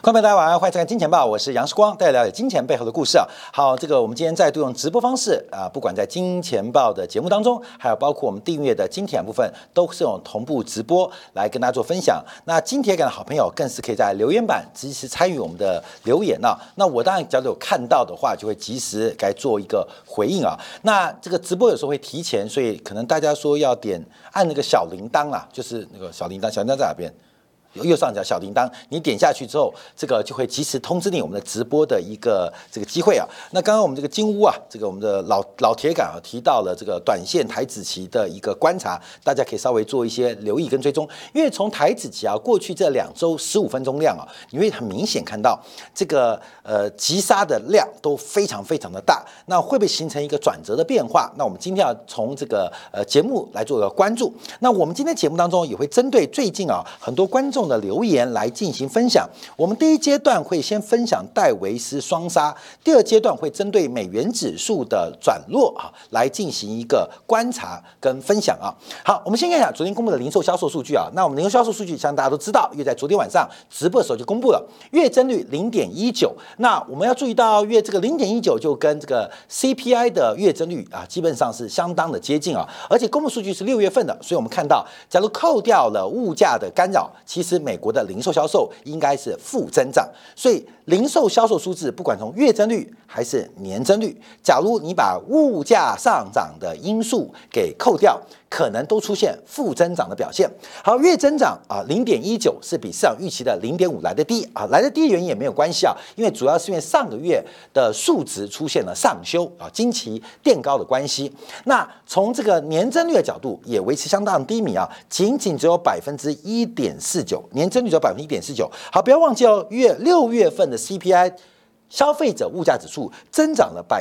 观众朋友大家晚上好，欢迎收看《金钱报》，我是杨世光，带大家了解金钱背后的故事啊。好，我们今天再度用直播方式啊，不管在《金钱报》的节目当中，还有包括我们订阅的金铁部分，都是用同步直播来跟大家做分享。那金铁杆的好朋友更是可以在留言板及时参与我们的留言啊。那我当然只要有看到的话，就会及时该做一个回应啊。那这个直播有时候会提前，所以可能大家说要按那个小铃铛啦，就是那个小铃铛，小铃铛在哪边？右上角小铃铛，你点下去之后，这个就会及时通知你我们的直播的一个这个机会啊。那刚刚我们这个金屋啊，这个我们的老铁杆啊，提到了这个短线台指期的一个观察，大家可以稍微做一些留意跟追踪。因为从台指期啊，过去这2周15分钟量啊，你会很明显看到这个急杀的量都非常非常的大，那会不会形成一个转折的变化？那我们今天要从这个节目来做一个关注。那我们今天节目当中也会针对最近啊很多观众的留言来进行分享。我们第一阶段会先分享戴维斯双杀，第二阶段会针对美元指数的转弱啊来进行一个观察跟分享啊。好，我们先看一下昨天公布的零售销售数据啊。那我们零售销售数据，相信大家都知道，因为在昨天晚上直播的时候就公布了月增率0.19。那我们要注意到，月这个0.19就跟这个 CPI 的月增率啊，基本上是相当的接近啊。而且公布数据是6月份的，所以我们看到，假如扣掉了物价的干扰，其实美国的零售销售应该是负增长。所以零售销售数字，不管从月增率还是年增率，假如你把物价上涨的因素给扣掉，可能都出现负增长的表现。好，月增长啊0.19是比市场预期的0.5来得低啊，来得低原因也没有关系啊，因为主要是因为上个月的数值出现了上修啊，经期垫高的关系。那从这个年增率的角度也维持相当低迷啊，仅只有1.49%，年增率只有1.49%。好，不要忘记哦，6月份的 CPI 消费者物价指数增长了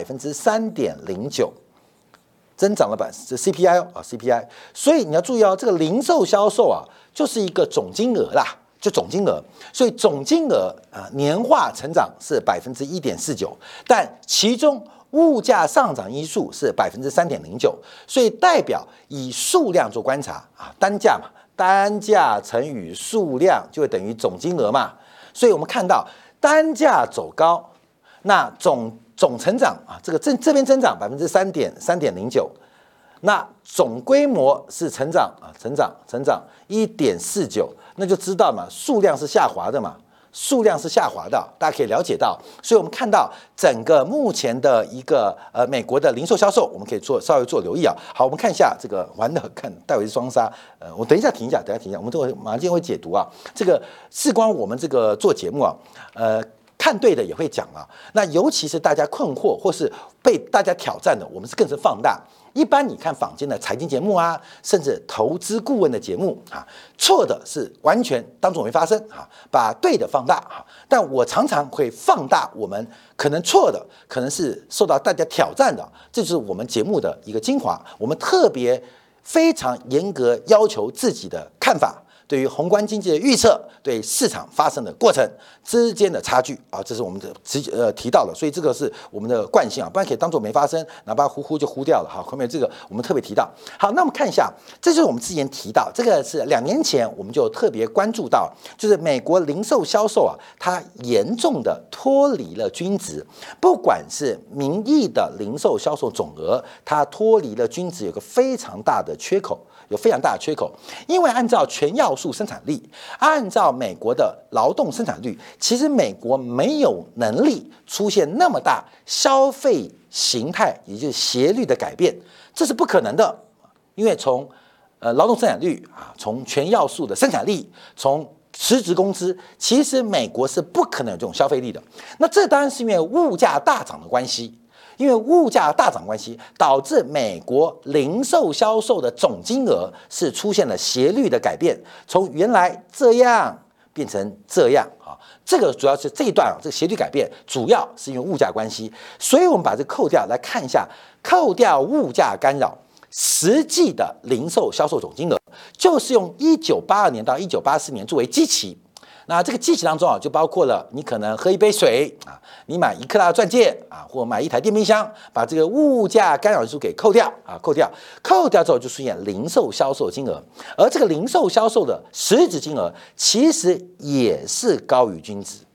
3.09%。增长了CPI 啊 CPI， 所以你要注意哦，这个零售销售啊，就是一个总金额啦，就总金额，所以总金额啊年化成长是1.49%，但其中物价上涨因素是3.09%，所以代表以数量做观察啊，单价嘛，单价乘以数量就会等于总金额嘛，所以我们看到单价走高，那总成长啊，这边增长3.09%，那总规模是成长1.49%，那就知道嘛，数量是下滑的嘛，大家可以了解到。所以我们看到整个目前的一个美国的零售销售，我们可以稍微做留意啊。好，我们看一下这个完了，看戴维斯双杀，我等一下停一下，我们这会马上会解读啊。这个事关我们这个做节目啊，看对的也会讲啊，那尤其是大家困惑或是被大家挑战的，我们是更是放大。一般你看坊间的财经节目啊，甚至投资顾问的节目啊，错的是完全当作没发生啊，把对的放大啊。但我常常会放大我们可能错的，可能是受到大家挑战的，这就是我们节目的一个精华。我们特别非常严格要求自己的看法。对于宏观经济的预测，对市场发生的过程之间的差距啊，这是我们提到的，所以这个是我们的惯性啊，不然可以当做没发生，哪怕呼就呼掉了哈。后面这个我们特别提到。好，那我们看一下，这就是我们之前提到，这个是2年前我们就特别关注到，就是美国零售销售啊，它严重的脱离了均值，不管是名义的零售销售总额，它脱离了均值，有个非常大的缺口。因为按照全要素生产力，按照美国的劳动生产率，其实美国没有能力出现那么大消费形态，也就是斜率的改变，这是不可能的。因为从劳动生产率啊，从全要素的生产力，从实质工资，其实美国是不可能有这种消费力的。那这当然是因为物价大涨的关系。因为物价大涨关系，导致美国零售销售的总金额是出现了斜率的改变，从原来这样变成这样啊。这个主要是这一段这个斜率改变，主要是因为物价关系。所以我们把这扣掉来看一下，扣掉物价干扰，实际的零售销售总金额，就是用1982年到1984年作为基期。那这个基期当中啊，就包括了你可能喝一杯水啊，你买1克拉的钻戒啊，或买一台电冰箱，把这个物价干扰因素给扣掉之后就出现零售销售金额，而这个零售销售的实质金额其实也是高于均值。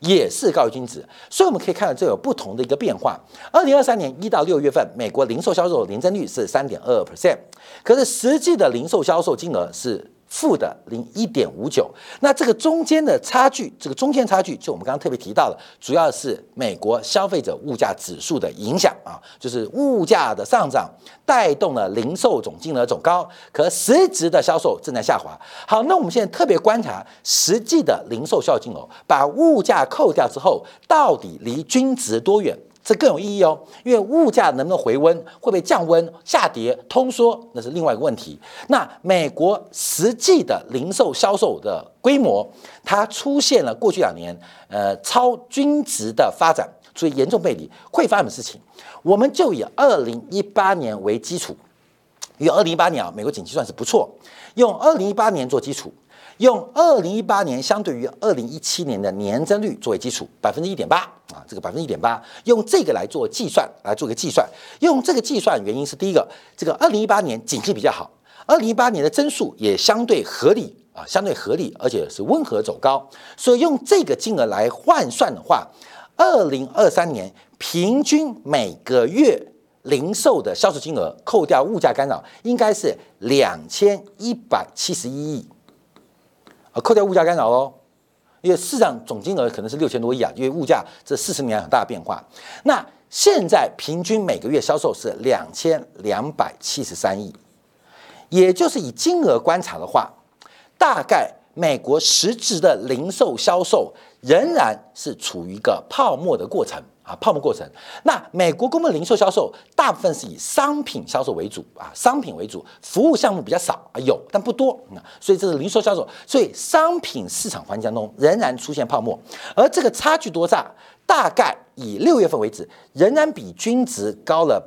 也是高于均值，所以我们可以看到这有不同的一个变化。2023年1到6月份，美国零售销售年增率是3.22%，可是实际的零售销售金额是负的1.59%，那这个中间的差距，这个中间差距，就我们刚刚特别提到了，主要是美国消费者物价指数的影响啊，就是物价的上涨带动了零售总金额走高，可实质的销售正在下滑。好，那我们现在特别观察实际的零售销售金额，把物价扣掉之后，到底离均值多远？这更有意义哦，因为物价能不能回温，会不会降温、下跌、通缩，那是另外一个问题。那美国实际的零售销售的规模，它出现了过去2年超均值的发展，所以严重背离，会发生什么事情？我们就以2018年为基础，因为2018年美国景气算是不错，用2018年做基础。用2018年相对于2017年的年增率作为基础，1.8%啊，这个1.8%，用这个来做计算，来做个计算。用这个计算原因是第一个，这个2018年景气比较好，2018年的增速也相对合理啊，相对合理，而且是温和走高，所以用这个金额来换算的话，2023年平均每个月零售的销售金额扣掉物价干扰，应该是2171亿。扣掉物价干扰哦，因为市场总金额可能是6000多亿啊，因为物价这40年很大的变化。那现在平均每个月销售是2273亿，也就是以金额观察的话，大概美国实质的零售销售仍然是处于一个泡沫的过程啊，泡沫过程。那美国公布的零售销售大部分是以商品销售为主啊，商品为主，服务项目比较少啊，有但不多，所以这是零售销售。所以商品市场环境当中仍然出现泡沫，而这个差距多大？大概以6月份为止，仍然比均值高了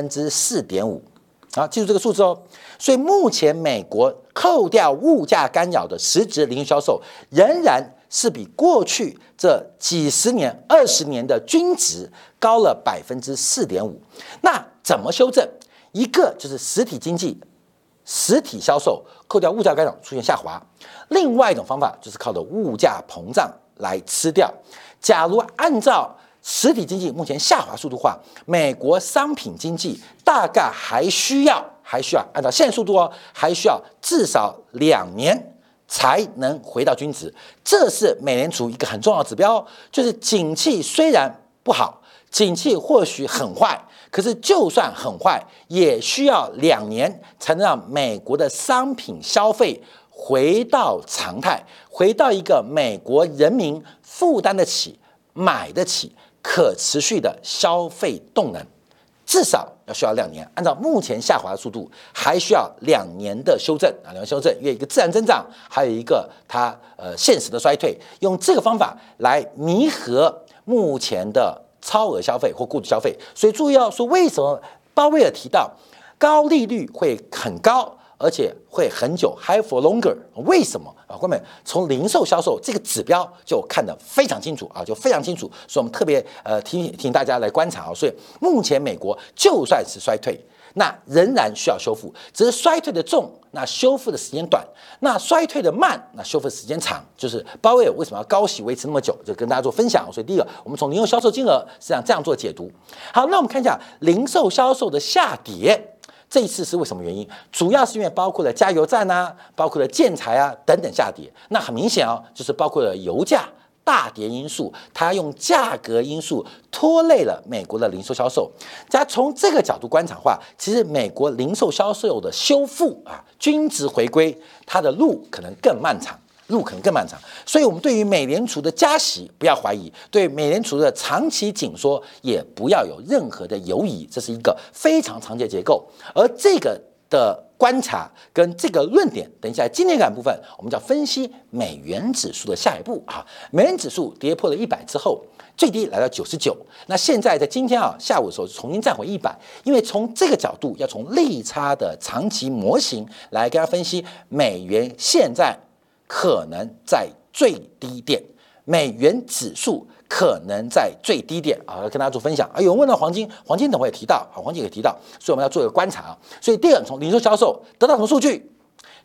4.5%。好，记住这个数字哦。所以目前美国扣掉物价干扰的实质零售销售，仍然是比过去这几十年、20年的均值高了4.5%。那怎么修正？一个就是实体经济、实体销售扣掉物价干扰出现下滑，另外一种方法就是靠着物价膨胀来吃掉。假如按照实体经济目前下滑速度化，美国商品经济大概还需要按照现在速度哦，还需要至少2年才能回到均值。这是美联储一个很重要的指标，就是景气虽然不好，景气或许很坏，可是就算很坏，也需要2年才能让美国的商品消费回到常态，回到一个美国人民负担得起、买得起、可持续的消费动能，至少需要2年。按照目前下滑的速度，还需要2年的修正啊，2年修正，因为一个自然增长，还有一个它现实的衰退，用这个方法来弥合目前的超额消费或过度消费。所以注意要说，为什么鲍威尔提到高利率会很高？而且会很久 ，high for longer。为什么啊？各位从零售销售这个指标就看得非常清楚啊，就非常清楚。所以我们特别提醒大家来观察啊。所以目前美国就算是衰退，那仍然需要修复，只是衰退的重，那修复的时间短；那衰退的慢，那修复的时间长。就是鲍威尔为什么要高息维持那么久，就跟大家做分享。所以第一个，我们从零售销售金额实际上这样做解读。好，那我们看一下零售销售的下跌。这一次是为什么原因？主要是因为包括了加油站啊，包括了建材啊等等下跌。那很明显哦，就是包括了油价大跌因素，它用价格因素拖累了美国的零售销售。加从这个角度观察的话，其实美国零售销售的修复啊，均值回归，它的路可能更漫长。所以我们对于美联储的加息不要怀疑，对美联储的长期紧缩也不要有任何的犹疑，这是一个非常常见结构。而这个的观察跟这个论点，等一下今天感部分我们就要分析美元指数的下一步啊。美元指数跌破了100之后，最低来到99，那现在在今天下午的时候重新站回100，因为从这个角度要从利差的长期模型来跟大家分析美元现在可能在最低点，美元指数可能在最低点啊，要跟大家做分享啊。有人问到黄金，黄金等会也提到，黄金也提到，所以我们要做一个观察啊。所以第二，从零售销售得到什么数据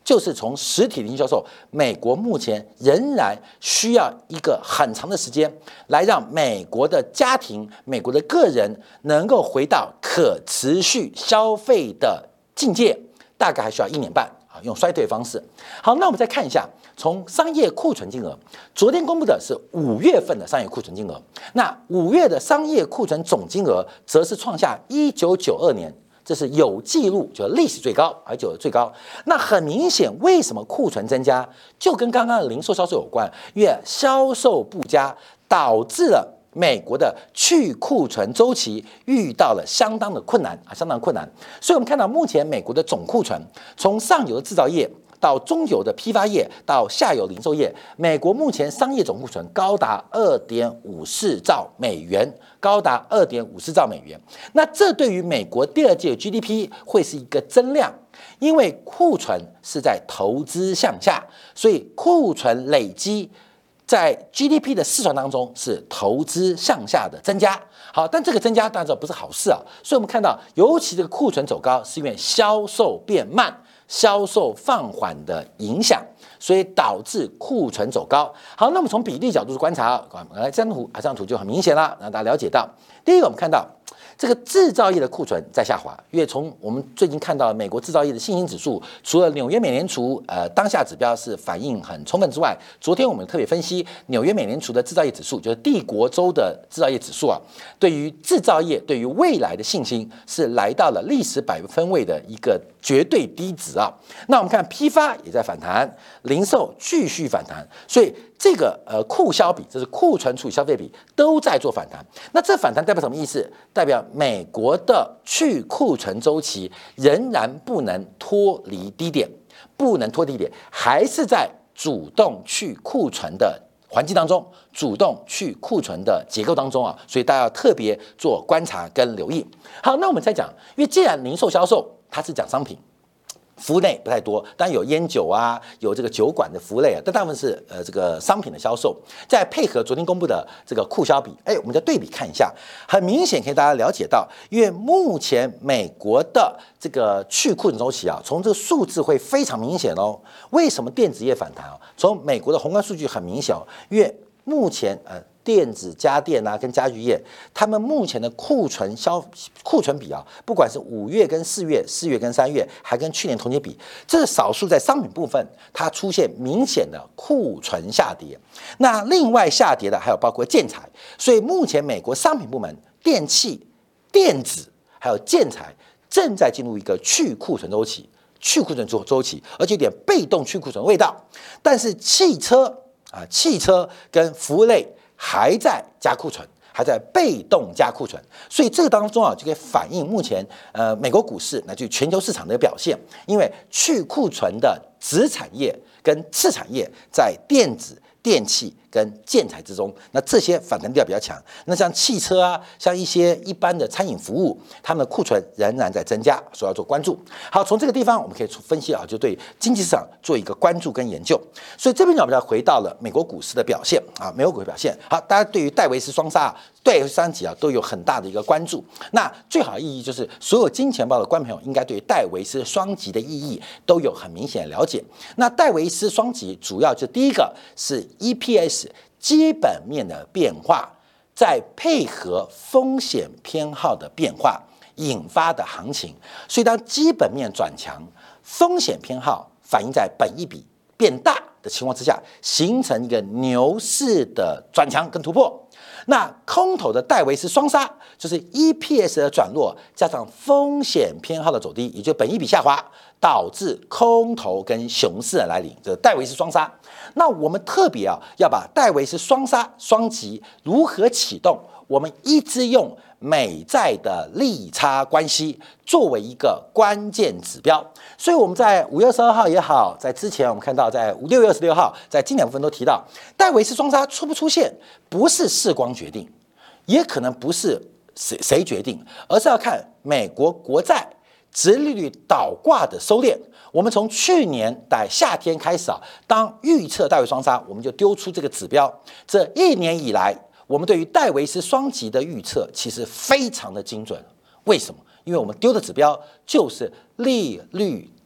就是从实体零售销售，美国目前仍然需要一个很长的时间，来让美国的家庭、美国的个人能够回到可持续消费的境界，大概还需要1年半啊，用衰退方式。好，那我们再看一下，从商业库存金额，昨天公布的是5月份的商业库存金额，那5月的商业库存总金额则是创下1992年。这是有记录，就是历史最高，而且最高。那很明显，为什么库存增加，就跟刚刚的零售销售有关，因为销售不佳，导致了美国的去库存周期遇到了相当的困难啊，相当困难。所以我们看到目前美国的总库存，从上游的制造业到中游的批发业，到下游零售业，美国目前商业总库存高达2.54兆美元，高达2.54兆美元。那这对于美国第二季的 GDP 会是一个增量，因为库存是在投资向下，所以库存累积在 GDP 的试算当中是投资向下的增加。好，但这个增加当然不是好事啊，所以我们看到，尤其这个库存走高，是因为销售变慢。销售放缓的影响，所以导致库存走高。好，那么从比例角度去观察，来这张图就很明显了，让大家了解到，第一个我们看到这个制造业的库存在下滑，因为从我们最近看到美国制造业的信心指数，除了纽约美联储当下指标是反应很充分之外，昨天我们特别分析纽约美联储的制造业指数，就是帝国州的制造业指数啊，对于制造业对于未来的信心是来到了历史100分位的一个绝对低值啊。那我们看批发也在反弹，零售继续反弹，所以这个库销比，这是库存除以消费比，都在做反弹。那这反弹代表什么意思？代表美国的去库存周期仍然不能脱离低点，还是在主动去库存的环境当中，主动去库存的结构当中啊，所以大家要特别做观察跟留意。好，那我们再讲，因为既然零售销售它是讲商品。服务类不太多，当然有烟酒啊，有这个酒馆的服务类啊，但大部分是这个商品的销售。再配合昨天公布的这个库销比，我们再对比看一下，很明显可以大家了解到，因为目前美国的这个去库存周期啊，从这个数字会非常明显哦。为什么电子业反弹啊？从美国的宏观数据很明显，因为目前电子家电啊跟家具业，他们目前的库存比啊，不管是5月跟4月、4月跟3月，还跟去年同期比，这是少数在商品部分它出现明显的库存下跌。那另外下跌的还有包括建材，所以目前美国商品部门电器、电子还有建材正在进入一个去库存周期，而且有点被动去库存味道。但是汽车跟服务类还在加库存，还在被动加库存，所以这个当中啊，就可以反映目前美国股市乃至于全球市场的表现。因为去库存的子产业跟次产业在电子、电器跟建材之中，那这些反弹力道比较强。那像汽车啊，像一些一般的餐饮服务，他们的库存仍然在增加，所以要做关注。好，从这个地方我们可以分析啊，就对经济市场做一个关注跟研究。所以这边我们要回到了美国股市的表现啊，美国股市表现。好，大家对于戴维斯双杀、戴维斯三级啊都有很大的一个关注。那最好的意义就是，所有金钱豹的观众朋友应该对于戴维斯双击的意义都有很明显的了解。那戴维斯双击主要就第一个是 EPS 基本面的变化，再配合风险偏好的变化引发的行情。所以当基本面转强，风险偏好反映在本益比变大的情况之下，形成一个牛市的转强跟突破。那空头的戴维斯双杀就是 EPS 的转弱加上风险偏好的走低，也就本益比下滑，导致空头跟熊市的来临，这戴维斯双杀。那我们特别要把戴维斯双杀双击如何启动，我们一直用美债的利差关系作为一个关键指标。所以我们在5月22号也好，在之前我们看到在6月26号，在经典部分都提到，戴维斯双杀出不出现，不是世光决定，也可能不是谁决定，而是要看美国国债殖利率倒挂的收敛。我们从去年在夏天开始当预测戴维斯双杀，我们就丢出这个指标。这1年以来，我们对于戴维斯双击的预测其实非常的精准。为什么？因为我们丢的指标就是利率倒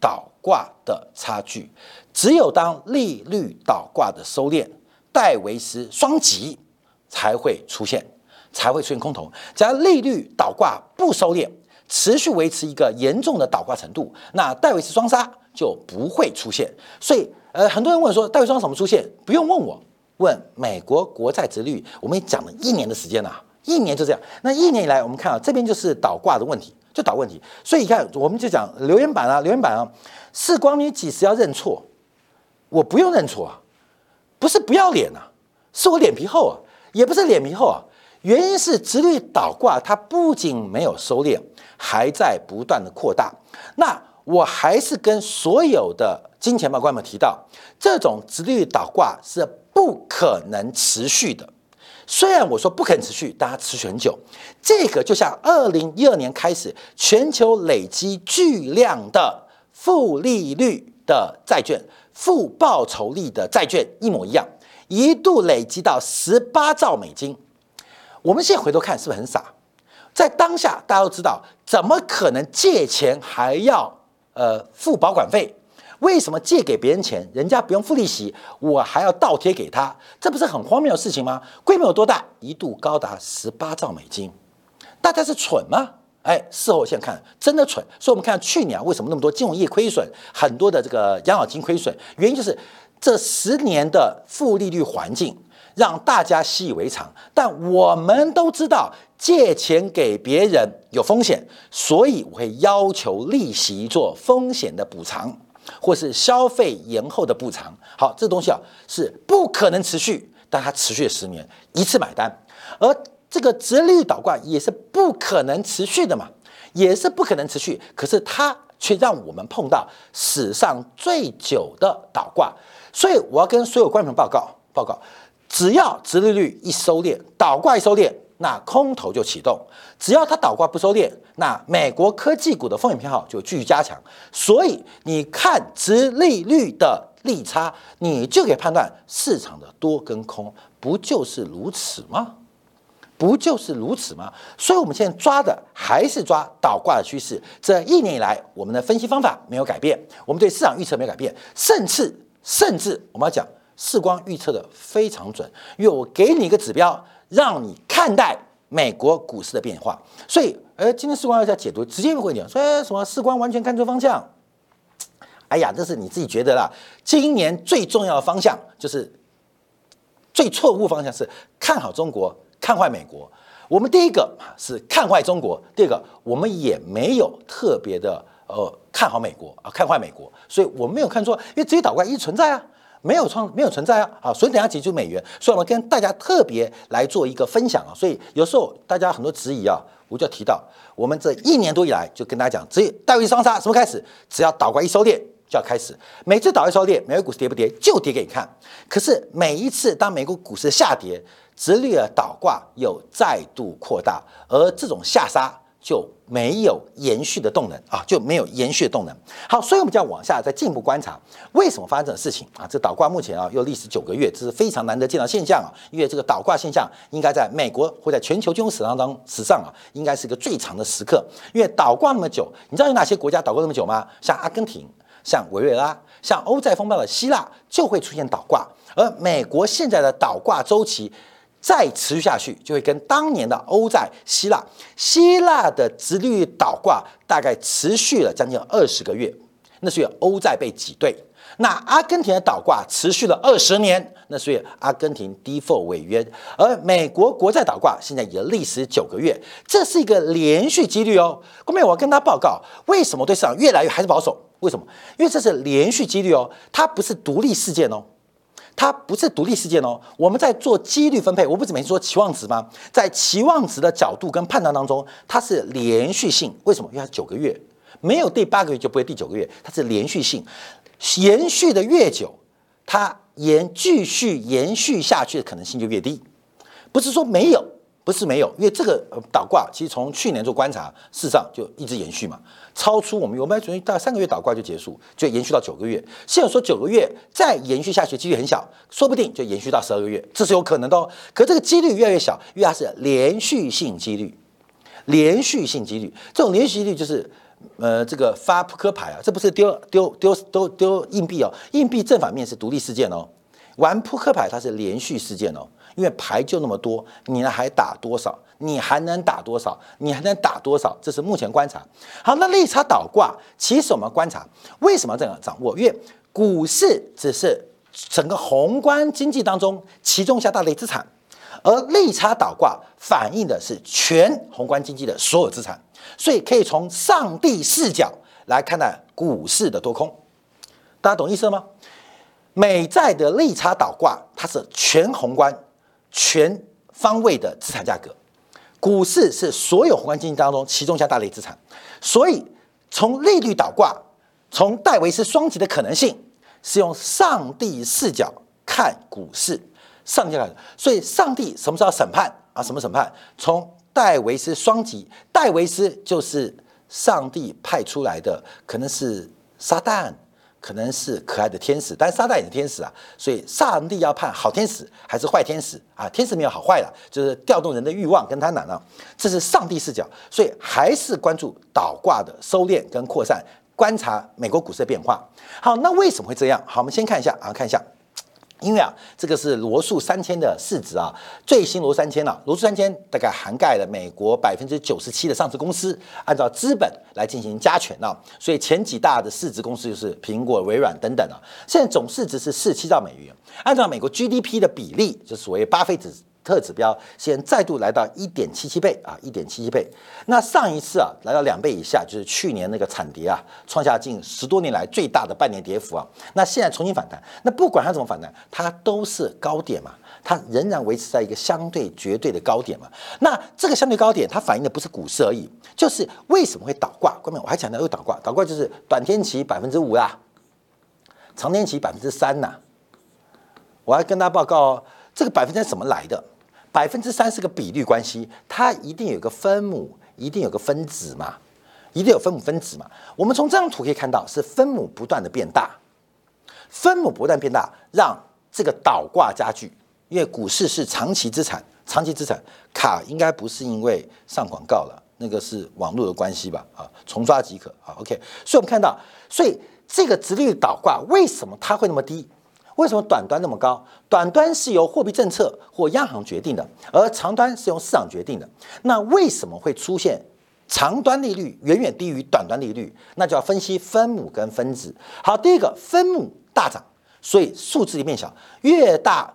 挂的差距。只有当利率倒挂的收敛，戴维斯双极才会出现空头。只要利率倒挂不收敛，持续维持一个严重的倒挂程度，那戴维斯双杀就不会出现。所以，很多人问说，戴维斯双杀怎么出现？不用问我，问美国国债殖利率，我们也讲了1年的时间了，1年就这样。那1年以来，我们看啊，这边就是倒挂的问题，就倒问题。所以你看，我们就讲留言板啊，世光你几时要认错？我不用认错啊，不是不要脸啊，是我脸皮厚啊，也不是脸皮厚啊。原因是殖利率倒挂，它不仅没有收敛，还在不断的扩大。那我还是跟所有的金钱报官们提到，这种殖利率倒挂是不可能持续的。虽然我说不可能持续，但它持续很久。这个就像2012年开始，全球累积巨量的负利率的债券、负报酬率的债券一模一样，一度累积到18兆美金。我们现在回头看，是不是很傻？在当下，大家都知道，怎么可能借钱还要付保管费？为什么借给别人钱，人家不用付利息，我还要倒贴给他？这不是很荒谬的事情吗？规模有多大？一度高达18兆美金。大家是蠢吗？事后现在看真的蠢。所以我们看去年为什么那么多金融业亏损，很多的这个养老金亏损，原因就是这10年的负利率环境让大家习以为常。但我们都知道，借钱给别人有风险，所以我会要求利息做风险的补偿，或是消费延后的补偿。好，这东西是不可能持续，但它持续了10年，一次买单。而这个殖利率倒挂也是不可能持续的嘛，也是不可能持续。可是它却让我们碰到史上最久的倒挂。所以我要跟所有观众报告，只要殖利率一收敛，倒挂一收敛，那空头就启动。只要它倒挂不收敛，那美国科技股的风险偏好就继续加强。所以你看殖利率的利差，你就可以判断市场的多跟空，不就是如此吗？不就是如此吗？所以我们现在抓的还是抓倒挂的趋势。这1年以来，我们的分析方法没有改变，我们对市场预测没有改变，甚至我们要讲世光预测的非常准，因为我给你一个指标，让你看待美国股市的变化。所以，今天世光要在解读，直接会讲说，什么世光完全看错方向。哎呀，这是你自己觉得啦。今年最重要的方向就是最错误方向是看好中国，看坏美国。我们第一个是看坏中国，第二个我们也没有特别的看好美国啊，看坏美国，所以我们没有看错，因为这些倒挂一直存在啊。没有存在啊，所以等一下解决美元，所以我们跟大家特别来做一个分享啊。所以有时候大家很多质疑啊，我就要提到，我们这1年多以来就跟大家讲，只有戴维斯双杀什么开始，只要倒挂一收敛就要开始，每次倒一收敛，美国股市跌不跌就跌给你看。可是每一次当美国股市下跌，殖利率的倒挂又再度扩大，而这种下杀就没有延续的动能啊，就没有延续的动能。好，所以我们就要往下再进一步观察，为什么发生这种事情啊？这倒挂目前又历时9个月，这是非常难得见到现象啊。因为这个倒挂现象应该在美国或在全球金融史上应该是一个最长的时刻。因为倒挂那么久，你知道有哪些国家倒挂那么久吗？像阿根廷、像委内瑞拉、像欧债风暴的希腊就会出现倒挂，而美国现在的倒挂周期再持续下去，就会跟当年的欧债希腊的殖利率倒挂大概持续了将近20个月，那是因为欧债被挤兑。那阿根廷的倒挂持续了20年，那是因为阿根廷 default 违约。而美国国债倒挂现在也历时9个月，这是一个连续几率哦。后面我要跟大家报告，为什么对市场越来越还是保守？为什么？因为这是连续几率哦，它不是独立事件哦。它不是独立事件哦，我们在做几率分配，我不是每次说期望值吗？在期望值的角度跟判断当中，它是连续性。为什么？因为它9个月，没有第8个月就不会第9个月，它是连续性，延续的越久，它继续延续下去的可能性就越低。不是说没有，不是没有，因为这个倒挂其实从去年做观察，事实上就一直延续嘛。超出我们准备大概3个月倒挂就结束，就延续到9个月。现在说9个月再延续下去几率很小，说不定就延续到12个月，这是有可能的哦。可这个几率越来越小，因为它是连续性几率。连续性几率，这种连续几率就是这个发扑克牌啊，这不是丢硬币哦，硬币正反面是独立事件哦。玩扑克牌它是连续事件哦，因为牌就那么多，你呢还打多少？你还能打多少？你还能打多少？这是目前观察。好，那利差倒挂，其实我们观察为什么这样掌握？因为股市只是整个宏观经济当中其中一项大类资产，而利差倒挂反映的是全宏观经济的所有资产，所以可以从上帝视角来看待股市的多空。大家懂意思了吗？美债的利差倒挂，它是全宏观、全方位的资产价格。股市是所有宏观经济当中其中一项大类资产，所以从利率倒挂，从戴维斯双击的可能性，是用上帝视角看股市。上帝看，所以上帝什么时候审判啊？什么审判？从戴维斯双击，戴维斯就是上帝派出来的，可能是撒旦。可能是可爱的天使，但是撒旦也是天使啊，所以上帝要判好天使还是坏天使啊？天使没有好坏了，就是调动人的欲望跟贪婪啊，这是上帝视角，所以还是关注倒挂的收敛跟扩散，观察美国股市的变化。好，那为什么会这样？好，我们先看一下啊，看一下。因为啊，这个是罗素3000的市值啊，最新罗素3000啊，罗素3000大概涵盖了美国97%的上市公司，按照资本来进行加权啊，所以前几大的市值公司就是苹果、微软等等啊，现在总市值是47兆美元，按照美国 GDP 的比例，就所谓巴菲特指标，现在再度来到1.77倍啊，1.77倍。那上一次啊，来到2倍以下，就是去年那个惨跌啊，创下近10多年来最大的半年跌幅啊。那现在重新反弹，那不管它怎么反弹，它都是高点嘛，它仍然维持在一个相对绝对的高点嘛。那这个相对高点，它反映的不是股市而已，就是为什么会倒挂。关键我还强调有倒挂，倒挂就是短天期5%啦，长天期3%呐。我还跟大家报告哦，这个3%怎么来的？3%是个比率关系，它一定有个分母，一定有个分子嘛，一定有分母分子嘛。我们从这张图可以看到，是分母不断的变大，分母不断变大，让这个倒挂加剧。因为股市是长期资产，长期资产卡应该不是因为上广告了，那个是网络的关系吧？啊，重刷即可啊。OK， 所以我们看到，所以这个殖利率倒挂为什么它会那么低？为什么短端那么高？短端是由货币政策或央行决定的，而长端是由市场决定的。那为什么会出现长端利率远远低于短端利率？那就要分析分母跟分子。好，第一个分母大涨，所以数字里变小，越大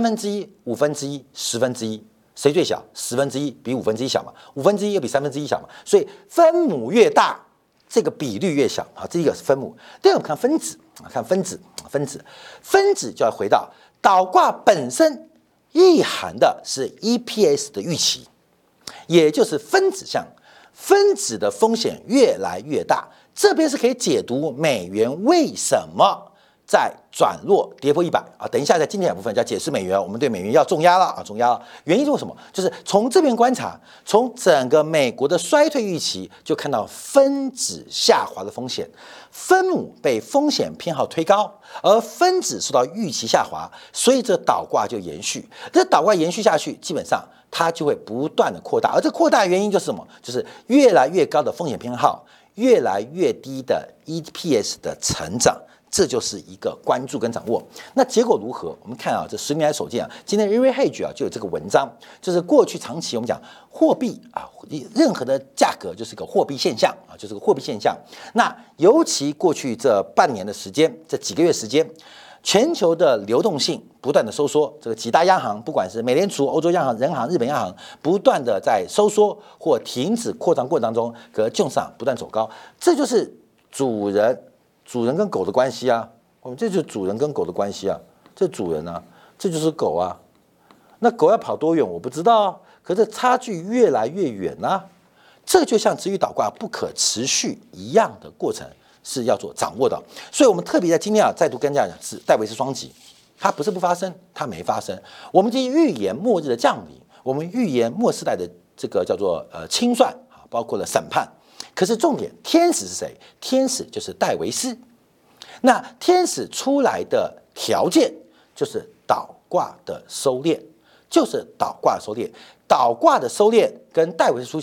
1/3、1/5、1/10，谁最小？1/10比1/5小嘛，1/5又比1/3小嘛，所以分母越大，这个比率越小啊。这一个是分母，第二个我们看分子啊，看分子。分子就要回到倒挂本身意含的是 EPS 的预期，也就是分子项，分子的风险越来越大。这边是可以解读美元为什么在转弱跌破100啊。等一下在今天的部分就要解释美元，我们对美元要重压了啊，重压了。原因是什么？就是从这边观察，从整个美国的衰退预期就看到分子下滑的风险。分母被风险偏好推高，而分子受到预期下滑，所以这倒挂就延续。这倒挂延续下去，基本上它就会不断的扩大，而这扩大的原因就是什么？就是越来越高的风险偏好，越来越低的 EPS 的成长。这就是一个关注跟掌握。那结果如何？我们看啊，这10年来首见啊，今天 Erie Hedge 啊就有这个文章，就是过去长期我们讲货币啊，任何的价格就是个货币现象啊，就是个货币现象。那尤其过去这半年的时间，这几个月时间，全球的流动性不断的收缩，这个几大央行，不管是美联储、欧洲央行、人行、日本央行，不断的在收缩或停止扩张过程当中，可券商不断走高，这就是主人跟狗的关系啊，我们这就是主人跟狗的关系啊，这主人啊，这就是狗啊。那狗要跑多远我不知道啊，可是差距越来越远啊。这就像殖利率倒挂不可持续一样的过程是要做掌握的。所以我们特别在今天啊再度跟大家讲是戴维斯双击，它不是不发生，它没发生。我们今天预言末日的降临，我们预言末世代的这个叫做清算啊，包括了审判。可是重点，天使是谁？天使就是戴维斯。那天使出来的条件就是倒挂的收敛，就是倒挂收敛。倒挂的收敛跟戴维斯出现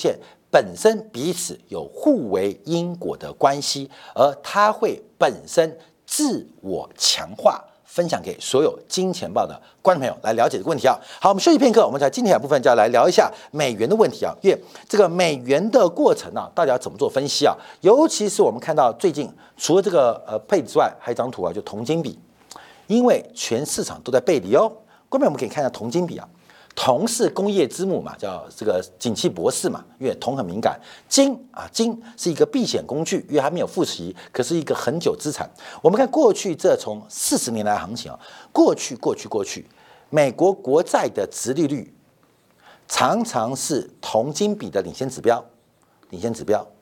本身彼此有互为因果的关系，而它会本身自我强化。分享给所有金钱豹的观众朋友来了解这个问题啊。好，我们休息片刻，我们在今天的部分就要来聊一下美元的问题啊。因为这个美元的过程啊，到底要怎么做分析啊？尤其是我们看到最近除了这个配置之外，还有一张图啊，就铜金比，因为全市场都在背离哦。观众朋友，我们可以看一下铜金比啊。铜是工业之母嘛，叫这个景气博士嘛，因为铜很敏感。金是一个避险工具，因为它没有付息，可是一个很久资产。我们看过去这从40年来的行情啊，过去，美国国债的殖利率常常是铜金比的领先指标，这是领先指标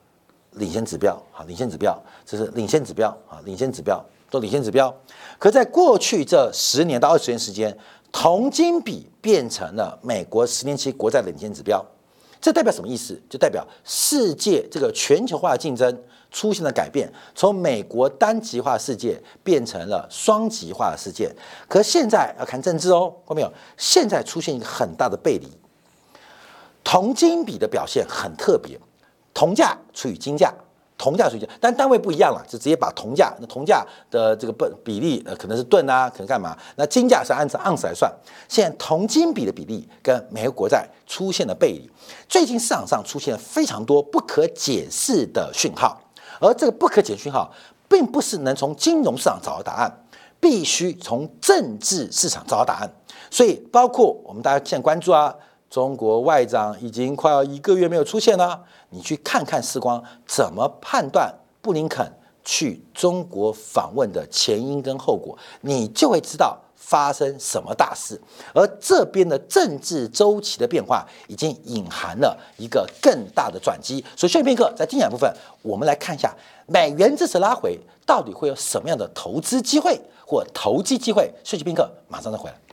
都领先指标。可在过去这10年到20年时间，铜金比变成了美国10年期国债的领先指标，这代表什么意思？就代表世界这个全球化的竞争出现了改变，从美国单极化世界变成了双极化的世界。可现在要看政治哦，看到没有？现在出现一个很大的背离，铜金比的表现很特别，铜价除以金价。但单位不一样了，就直接把铜价的这个比例可能是吨啊，可能干嘛？那金价是按照盎司来算。现在铜金比的比例跟美国国债出现了背离，最近市场上出现了非常多不可解释的讯号，而这个不可解讯号并不是能从金融市场找到答案，必须从政治市场找到答案。所以包括我们大家现在关注啊。中国外长已经快要1个月没有出现了，你去看看世光怎么判断布林肯去中国访问的前因跟后果，你就会知道发生什么大事。而这边的政治周期的变化已经隐含了一个更大的转机。所以休息片刻，在精彩部分，我们来看一下美元这次拉回到底会有什么样的投资机会或投机机会。休息片刻，马上再回来。